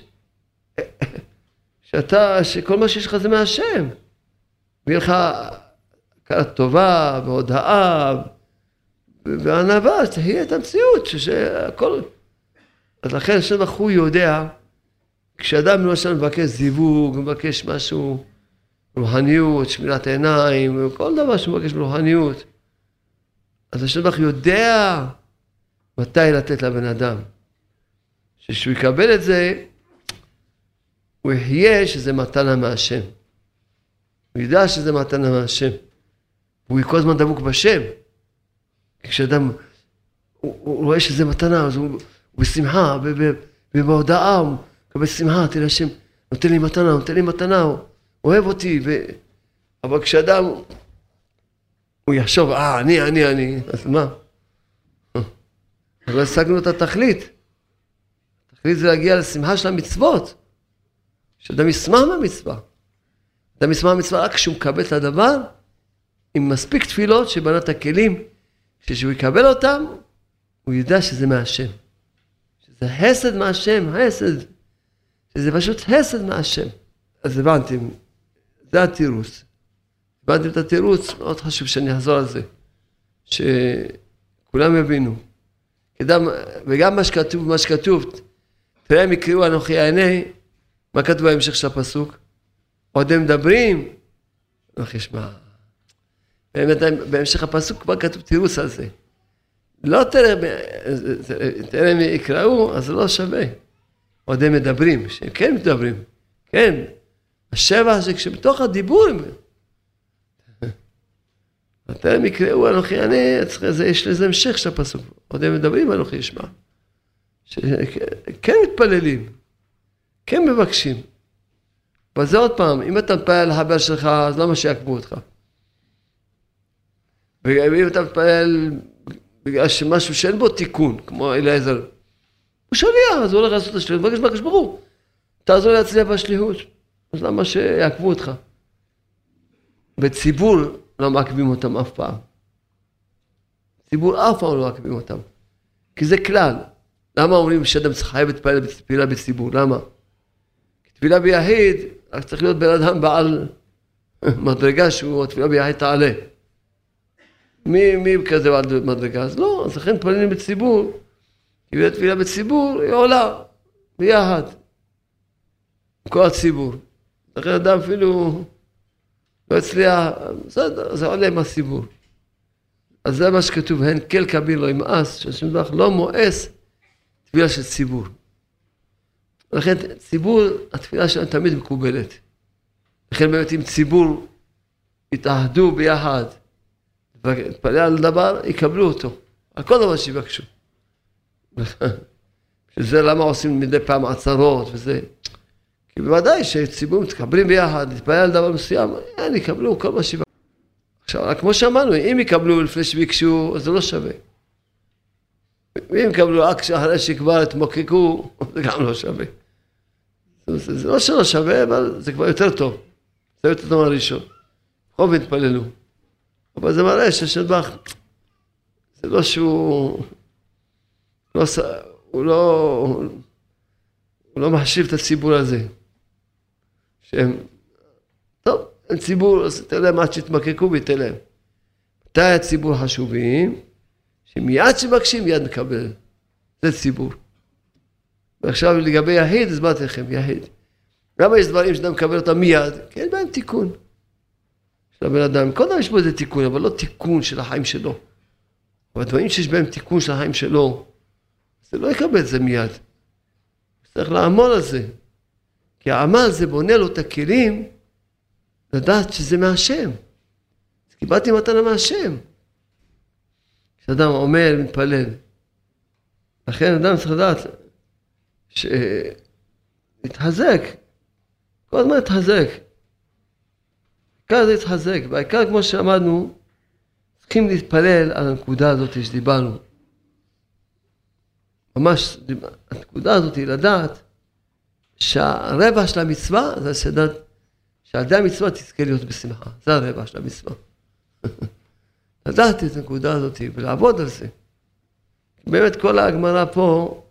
Speaker 1: שכל מה שיש לך זה מהשם. ויהיה לך הכרת טובה והודאה וענווה, תהיה את המציאות, שהכל... אז לכן שבח הוא יודע, כשאדם למשל מבקש זיווג, מבקש משהו, רוחניות, שמירת עיניים, כל דבר שמבקש ברוחניות, אז השבח יודע מתי לתת לבן אדם. שכשהוא יקבל את זה, הוא יחיה שזה מתנה מהשם. הוא ידע שזה מתנה מהשם. הוא כל הזמן דבוק בשם. כשאדם, הוא רואה שזה מתנה, אז הוא בשמחה, ובהודעה, הוא מקבל שמחה, תראה השם, נותן לי מתנה, הוא אוהב אותי. אבל כשאדם, הוא יחשוב, אני, אז מה? אז לא השגנו את התכלית. התכלית זה להגיע לשמחה של המצוות. שאדם ישמח מהמצווה. אדם ישמח מהמצווה רק כשהוא מקבל את הדבר, עם מספיק תפילות שבנה את הכלים, כשהוא יקבל אותם, הוא ידע שזה מהשם. שזה חסד מהשם, חסד. שזה פשוט חסד מהשם. אז הבנתם, זה התירוץ. הבנתם את התירוץ, מאוד חשוב שאני אחזור על זה. שכולם יבינו. וגם מה שכתוב, תראה הם יקראו אנוכי העיני, מה כתוב בהמשך של הפסוק? עוד הם מדברים? ישמע. באמת, בהמשך הפסוק כבר כתוב תירוץ על זה. לא תראה הם יקראו, אז זה לא שווה. עוד הם מדברים, שהם כן מדברים. כן. השבע זה כשבתוך הדיבור, אתם יקראו אנוכי אני, יש לזה המשך של הפסוק. עוד הם מדברים אנוכי ישמע. כן מתפללים, כן מבקשים. אבל זה עוד פעם, אם אתה מתפלל לחבר שלך, אז למה שיעקבו אותך? ואם אתה מתפלל בגלל שמשהו שאין בו תיקון, כמו אליעזר, הוא שליח, אז הוא הולך לעשות את השליחות, מבקש בקש ברור. תעזור להצליח בשליחות, אז למה שיעקבו אותך? בציבור לא מעקבים אותם אף פעם. ציבור אף פעם לא מעקבים אותם. כי זה כלל. למה אומרים שאדם חייב להתפלל בתפילה בציבור? למה? כי תפילה ביחיד, רק צריך להיות בן אדם בעל מדרגה שהוא תפילה ביחיד תעלה. מי כזה בעל מדרגה? אז לא, אז לכן מתפללים בציבור. כי תפילה בציבור היא עולה ביחד. כל הציבור. לכן אדם אפילו לא הצליח, זה עולה עם הציבור. אז זה מה שכתוב, הן כל כביר לא ימאס, שהשם יתברך לא מואס תפילה של ציבור. לכן ציבור, התפילה שלנו תמיד מקובלת. לכן באמת אם ציבור יתאחדו ביחד, ותפלל על דבר, יקבלו אותו. על כל דבר שיבקשו. שזה למה עושים מדי פעם עצרות וזה. כי בוודאי שציבור מתקבלים ביחד, להתפלל על דבר מסוים, יקבלו כל מה שיבקשו. עכשיו, כמו שאמרנו, אם יקבלו לפני שביקשו, אז זה לא שווה. ואם יקבלו רק אחרי שכבר התמוקקו, זה גם לא שווה. זה לא שלא שווה, אבל זה כבר יותר טוב. זה יותר טוב מהראשון. חוב התפללו. אבל זה מראה שהשם יתברך, זה לא שהוא, הוא לא מחשיב את הציבור הזה. שהם, טוב, אין ציבור, אז תן להם עד שיתמקקו ויתן להם. מתי הציבור חשובים? שמיד שבקשים מיד מקבל. זה ציבור. ועכשיו לגבי יחיד, הסברתי לכם, יחיד. למה יש דברים שאתה מקבל אותם מיד? כי אין בהם תיקון. של הבן אדם. קודם יש בו איזה תיקון, אבל לא תיקון של החיים שלו. אבל דברים שיש בהם תיקון של החיים שלו, זה לא יקבל את זה מיד. צריך לעמול על זה. כי העמל זה בונה לו את הכלים לדעת שזה מהשם. אז קיבלתי מתנה מהשם. כשאדם אומר, מתפלל. לכן אדם צריך לדעת להתחזק. כל הזמן להתחזק. בעיקר זה להתחזק. בעיקר כמו שאמרנו, צריכים להתפלל על הנקודה הזאת שדיברנו. ממש, הנקודה הזאת היא לדעת שהרבע של המצווה זה שדעת שעל המצווה תזכה להיות בשמחה. זה הרבע של המצווה. לדעת את הנקודה הזאת ולעבוד על זה. באמת כל הגמרא פה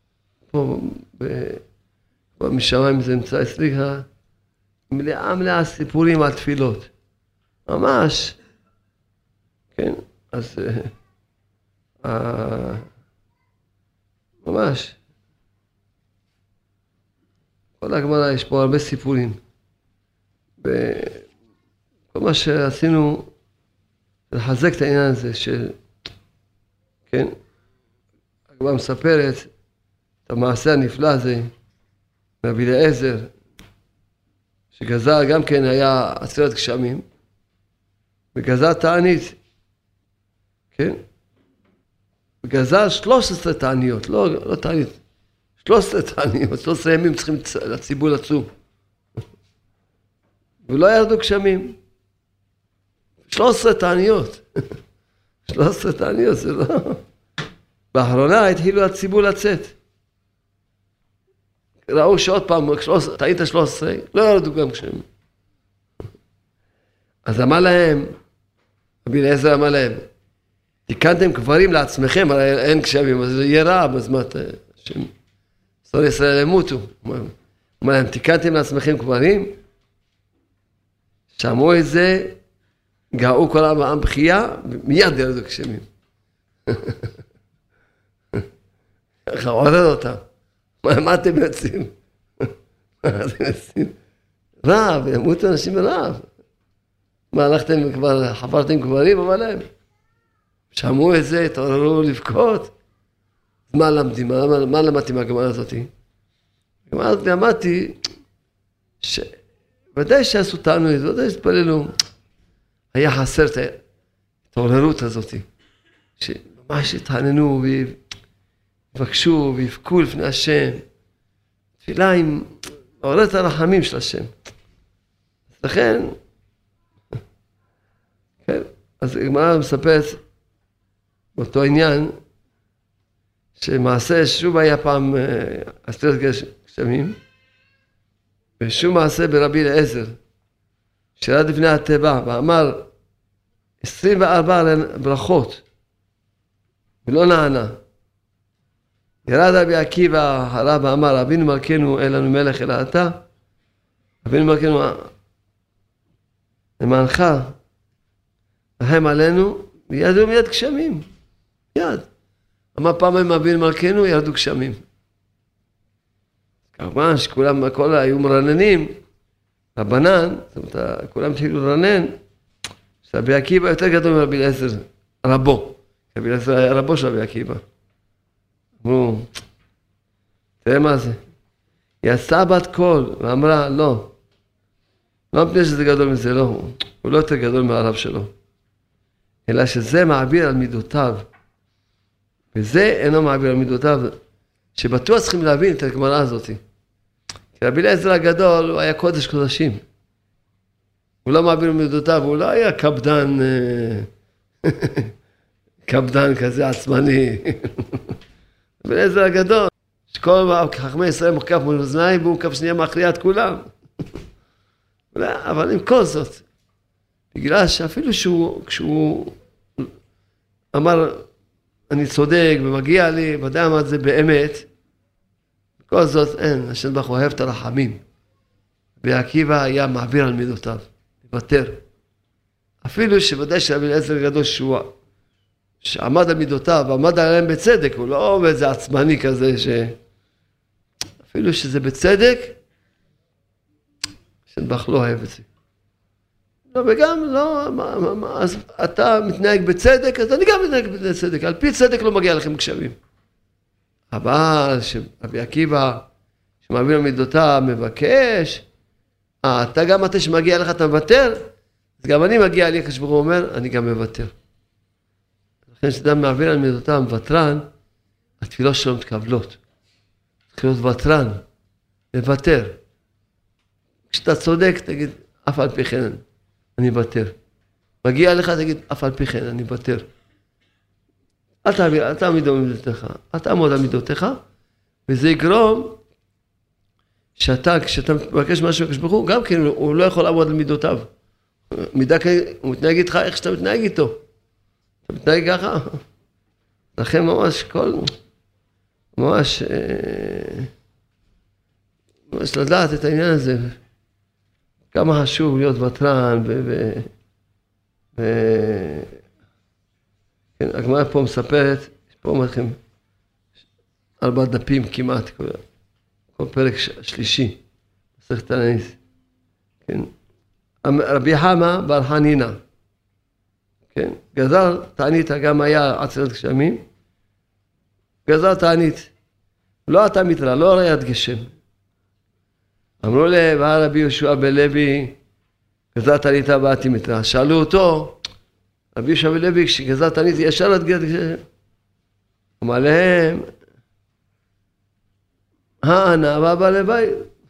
Speaker 1: משמיים זה נמצא אצלי, מלאה סיפורים על תפילות. ממש. כן, אז ממש. כל הגמרא יש פה הרבה סיפורים. וכל מה שעשינו לחזק את העניין הזה של, כן, הגמרא מספרת את המעשה הנפלא הזה, רבי אליעזר, שגזר גם כן היה 10 גשמים, וגזר תענית, כן? וגזר 13 תעניות, לא תענית, 13 תעניות, 13 ימים צריכים לציבור לצום. ולא ירדו גשמים. 13 תעניות. 13 תעניות, זה לא... באחרונה התחילו הציבור לצאת. ראו שעוד פעם, תענית 13, לא ירדו גם גשמים. אז אמר להם, רבי אליעזר אמר להם, תיקנתם קברים לעצמכם, הרי אין גשמים, אז זה יהיה רע, אז מה אתה... שונאי ישראל ימותו. אומר להם, תיקנתם לעצמכם קברים? שמעו את זה, גאו כל העם בחייה, ומיד ירדו גשמים. ככה עורר אותם. מה אתם יוצאים? מה אתם יוצאים? רעב, ימותו אנשים ברעב. מה, הלכתם כבר, חפרתם קברים? אמר להם. שמעו את זה, התעוררו לבכות. מה למדים? מה למדתי מהגמרא הזאת? הגמרא הזאת למדתי ודאי שעשו תענית, ודאי שהתפללו. היה חסר התעוררות הזאת, שממש התעננו ויבקשו ויבכו לפני השם, תפילה עם מעוררת הרחמים של השם. לכן, כן, אז הגמרא מספרת באותו עניין, שמעשה שוב היה פעם עשרת גשמים, ושוב מעשה ברבי אליעזר, שירד לפני התיבה ואמר 24 ברכות, ולא נענה. ירד רבי עקיבא הרב ואמר, אבינו מלכנו אין לנו מלך אלא אתה, אבינו מלכנו למענך, רחם עלינו, וירדו מיד גשמים, מיד. אמר פעם אבינו מלכנו ירדו גשמים. כמובן שכולם, הכל היו מרננים, רבנן, זאת אומרת, כולם התחילו לרנן, שרבי עקיבא יותר גדול מרבי אליעזר, רבו. רבי אליעזר היה רבו של רבי עקיבא. אמרו, תראה מה זה. יצאה בת קול ואמרה, לא מפני שזה גדול מזה, לא, הוא לא יותר גדול מהרב שלו. אלא שזה מעביר על מידותיו. וזה אינו מעביר על מידותיו, שבטוח צריכים להבין את הגמרא הזאת. כי רבי אליעזר הגדול, הוא היה קודש קודשים. הוא לא מעביר על מידותיו, הוא לא היה קפדן, קפדן כזה עצמני. רבי אליעזר הגדול, שכל חכמי ישראל מוקף מול אוזניים, והוא מוקף שנייה מכריע את כולם. אבל עם כל זאת, בגלל שאפילו כשהוא אמר, אני צודק ומגיע לי, ודאי מה זה באמת, בכל זאת אין, השם ברוך הוא אוהב את הרחמים. ועקיבא היה מעביר על מידותיו, לוותר. אפילו שוודאי שרבי אליעזר הגדול שעמד על מידותיו, ועמד עליהם בצדק, הוא לא עובד איזה עצמני כזה, אפילו שזה בצדק, השם ברוך לא אוהב את זה. לא, וגם לא, אז אתה מתנהג בצדק, אז אני גם מתנהג בצדק. על פי צדק לא מגיע לכם גשמים. אבל שרבי עקיבא, שמעביר למידותיו, מבקש, אתה גם אתה שמגיע לך, אתה מוותר, אז גם אני מגיע לי, הקדוש ברוך הוא אומר, אני גם מוותר. לכן שאדם מעביר על מידותיו, מוותרן, התפילות שלו מתקבלות. צריך להיות ותרן, לוותר. כשאתה צודק, תגיד, אף על פי כן. אני אוותר. מגיע לך, תגיד, אף על פי כן, אני אוותר. אל תעמיד על מידותיך, אל תעמוד על מידותיך, וזה יגרום כשאתה מבקש משהו לקדוש ברוך הוא, גם כן הוא לא יכול לעמוד על מידותיו. מידה כזאת, הוא מתנהג איתך איך שאתה מתנהג איתו. אתה מתנהג ככה. לכן ממש ממש לדעת את העניין הזה. כמה חשוב להיות ותרן, כן, הגמרא פה מספרת, יש פה אומרים 4 דפים כמעט, כל פרק שלישי, מסכת תענית. כן. רבי חמא בר חנינא, כן, גזר תענית, גם היה עצרת גשמים, גזר תענית, לא אתה מתרא, לא ראיית גשם. אמרו לה, בא רבי יהושע בן לוי, גזר תענית באתי מתרא. שאלו אותו, רבי יהושע בן לוי, כשגזר תענית, ישר עד גשם. אמר להם, האנה, בעל לוואי.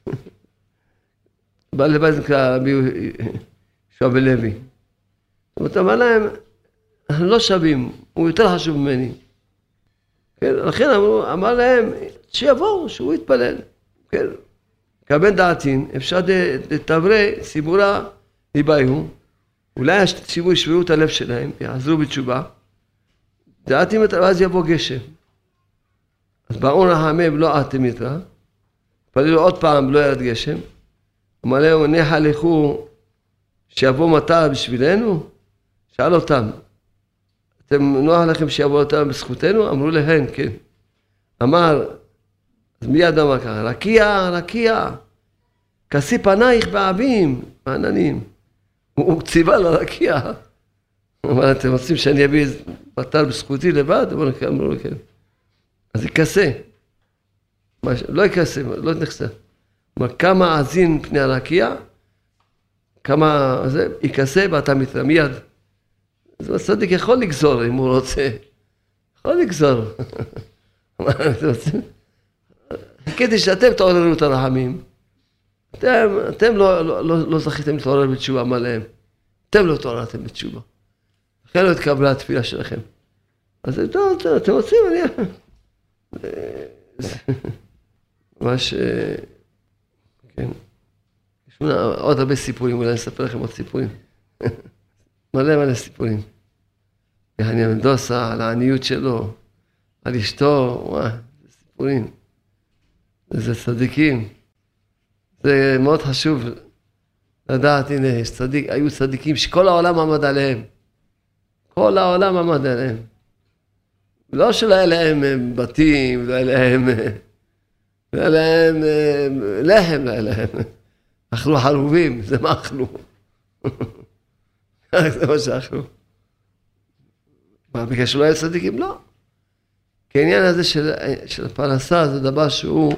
Speaker 1: בעל לוואי זה נקרא רבי יהושע בן לוי. זאת אומרת, אמר להם, אנחנו לא שווים, הוא יותר חשוב ממני. כן, לכן אמר להם, שיבואו, שהוא יתפלל. כן. כבן דעתין, אפשר לתברי סיבורה ליבאיהו, אולי הציבור ישברו את הלב שלהם, יעזרו בתשובה, דעתים ואז יבוא גשם. אז באו רחמם לא אתם יתרא, פללו עוד פעם לא ירד גשם, אמר להם, ניחא לכו שיבוא מטר בשבילנו? שאל אותם, אתם נוח לכם שיבוא מטר בזכותנו? אמרו להם, כן. אמר, אז מיד אמר ככה, רקיע, כסי פנייך בעבים, בעננים. הוא ציווה לרקיע. אבל אתם רוצים שאני אביא מטר בזכותי לבד? אמרו לו, כן. אז יכסה. לא יכסה, לא נכסה. כלומר, כמה עזין פני הרקיע, כמה זה, יכסה ואתה מתרא מיד. אז הצדיק יכול לגזור אם הוא רוצה. יכול לגזור. כדי שאתם תעוררו את הרחמים. אתם לא זכיתם להתעורר בתשובה מלאם. אתם לא תעוררתם בתשובה. לכן לא התקבלה התפילה שלכם. אז אתם רוצים, ממש, כן. יש עוד הרבה סיפורים, אולי נספר לכם עוד סיפורים. מלא סיפורים. יחניה מנדוסה, על העניות שלו, על אשתו, וואי, זה סיפורים. זה צדיקים. זה מאוד חשוב לדעת, הנה, היו צדיקים שכל העולם עמד עליהם. כל העולם עמד עליהם. לא שלא היה להם בתים, לא היה להם לחם, לא היה להם. אכלו חרובים, זה מה אכלו. זה מה שאכלו. מה, בגלל שלא היה צדיקים? לא. כי העניין הזה של הפרנסה זה דבר שהוא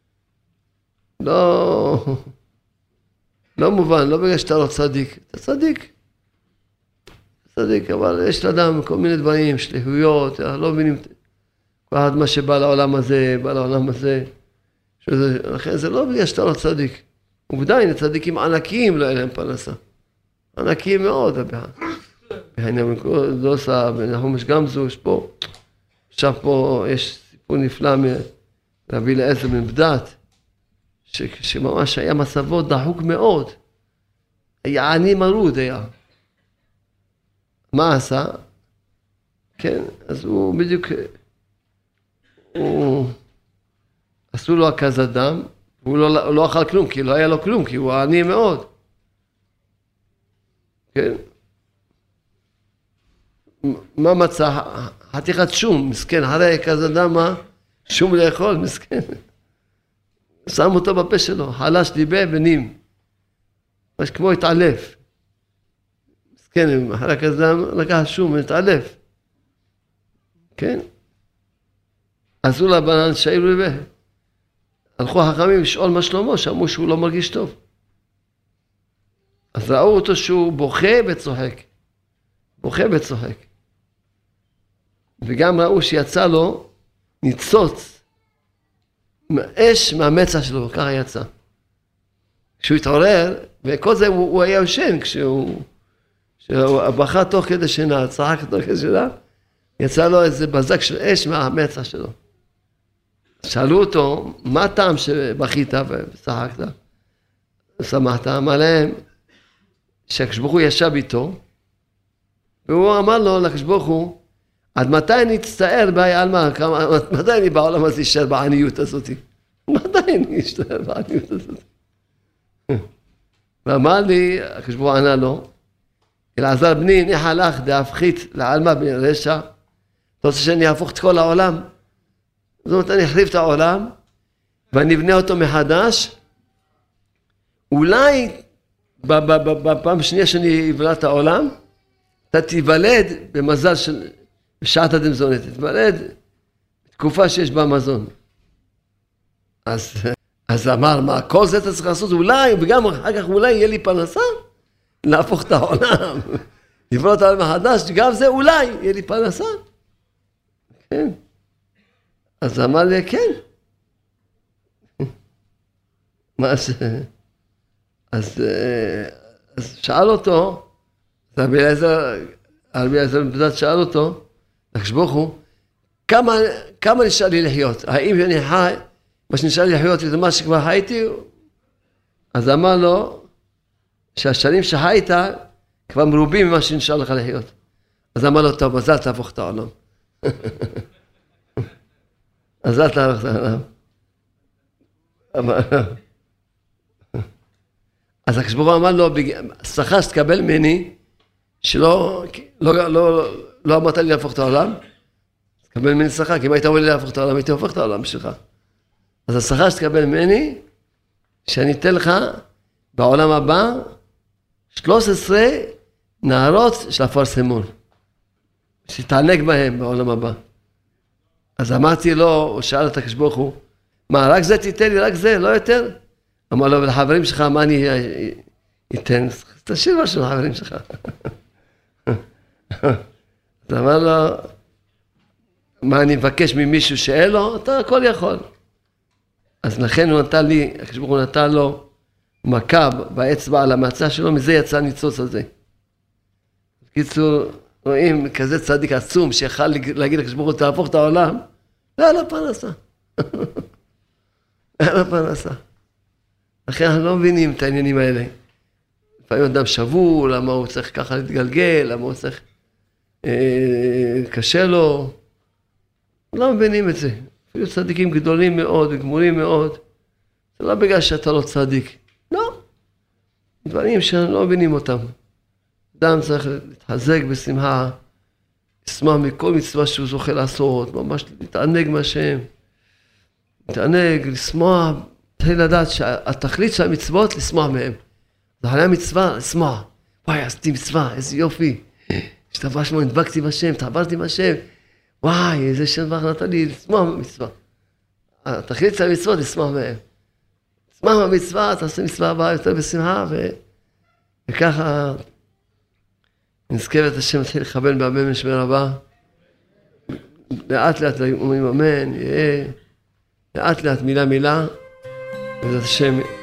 Speaker 1: לא מובן, לא בגלל שאתה לא צדיק. אתה צדיק. צדיק, אבל יש לאדם כל מיני דברים, שליחויות, לא מבינים כל אחד מה שבא לעולם הזה, בא לעולם הזה. לכן זה לא בגלל שאתה לא צדיק. עובדה, הנה צדיקים ענקיים לא היה להם פרנסה. ענקיים מאוד, בהנה דוסה, בנחום גמזו, יש פה, עכשיו פה יש סיפור נפלא מרבי אליעזר בן בדעת, שממש היה מצבו דחוק מאוד. היה עני מרוד היה. מה עשה? כן, אז הוא בדיוק, עשו לו הקזת דם, והוא לא אכל כלום, כי לא היה לו כלום, כי הוא עני מאוד. כן. מה מצא? חתיכת שום, מסכן, אחרי הקזת דם, מה? שום לאכול, מסכן. שם אותו בפה שלו, חלש ליבה ונים. ממש כמו התעלף. מסכן, אחרי הקזת דם, לקח שום, התעלף. כן. עשו לבנן שעיר ליבה. הלכו החכמים לשאול מה שלמה, שאמרו שהוא לא מרגיש טוב. אז ראו אותו שהוא בוכה וצוחק. בוכה וצוחק. וגם ראו שיצא לו ניצוץ אש מהמצח שלו, ככה יצא. כשהוא התעורר, וכל זה הוא היה יושן, כשהוא בכה תוך כדי שינה, צחק תוך כדי שינה, יצא לו איזה בזק של אש מהמצח שלו. שאלו אותו, מה הטעם שבכית וצחקת? שמחת, אמר להם, שהקדוש ברוך הוא ישב איתו, והוא אמר לו, לקדוש ברוך הוא, עד מתי אני אצטער בעלמא, מתי אני בעולם הזה אשאר בעניות הזאת? מתי אני אשאר בעניות הזאת? ואמר לי, הקדוש ברוך הוא ענה לו, אלעזר בני, ניחא לך דהפחית לעלמא בן רשע, אתה רוצה שאני אהפוך את כל העולם? זאת אומרת, אני אחריב את העולם, ואני אבנה אותו מחדש, אולי בפעם שנייה שאני אבנה את העולם, אתה תיוולד במזל של בשעת הדמזונת, תיוולד בתקופה שיש בה מזון. אז אמר, מה, כל זה אתה צריך לעשות, אולי, וגם אחר כך אולי יהיה לי פרנסה, להפוך את העולם, לבנות את העולם מחדש, גם זה אולי יהיה לי פרנסה. כן. אז אמר לי, כן. אז שאל אותו, רבי אליעזר בן בדעת שאל אותו, הקדוש ברוך הוא, כמה נשאר לי לחיות? האם אני חי, מה שנשאר לי לחיות זה מה שכבר חייתי? אז אמר לו, שהשנים שחיית כבר מרובים ממה שנשאר לך לחיות. אז אמר לו, טוב, אז אל תהפוך את העולם. אז אל תהפוך את העולם. אז הקדוש ברוך הוא אמר לו, שכר שתקבל ממני, שלא אמרת לי להפוך את העולם, תקבל ממני שכר, כי אם היית אומר לי להפוך את העולם, הייתי הופך את העולם שלך. אז השכר שתקבל ממני, שאני אתן לך בעולם הבא, 13 נערות של אפרסמון, שתענק בהם בעולם הבא. אז אמרתי לו, הוא שאל את הקדוש ברוך הוא, מה, רק זה תיתן לי, רק זה, לא יותר? אמר לו, ולחברים שלך, מה אני אתן? תשאיר משהו לחברים שלך. אז אמר לו, מה אני מבקש ממישהו שאין לו? אתה הכל יכול. אז לכן הוא נתן לי, הקדוש ברוך הוא נתן לו מכה באצבע על המצע שלו, מזה יצא הניצוץ הזה. בקיצור, רואים כזה צדיק עצום שיכל להגיד לקדוש ברוך הוא, תהפוך את העולם, לא על הפרנסה. על הפרנסה. לכן אנחנו לא מבינים את העניינים האלה. לפעמים אדם שבור, למה הוא צריך ככה להתגלגל, למה הוא צריך, קשה לו. לא מבינים את זה. אפילו צדיקים גדולים מאוד וגמורים מאוד. זה לא בגלל שאתה לא צדיק. לא. דברים שאנחנו לא מבינים אותם. אדם צריך להתחזק בשמחה, לשמח מכל מצווה שהוא זוכה לעשות, ממש להתענג מהשם. להתענג, לשמוח, צריך לדעת שהתכלית של המצוות, לשמוח מהם. זה היה מצווה, לשמוח. וואי, עשיתי מצווה, איזה יופי. השתבח שמו, נדבקתי בשם, התחברתי בשם. וואי, איזה שם ברוך נתן לי, לשמוח במצווה. התכלית של המצוות, לשמוח מהם. לשמוח במצווה, תעשה מצווה הבאה יותר בשמחה, וככה נזכה את השם, נתחיל לכוון באמן משמר הבא. לאט לאט אומרים אמן, יהיה. לאט לאט מילה מילה. בעזרת השם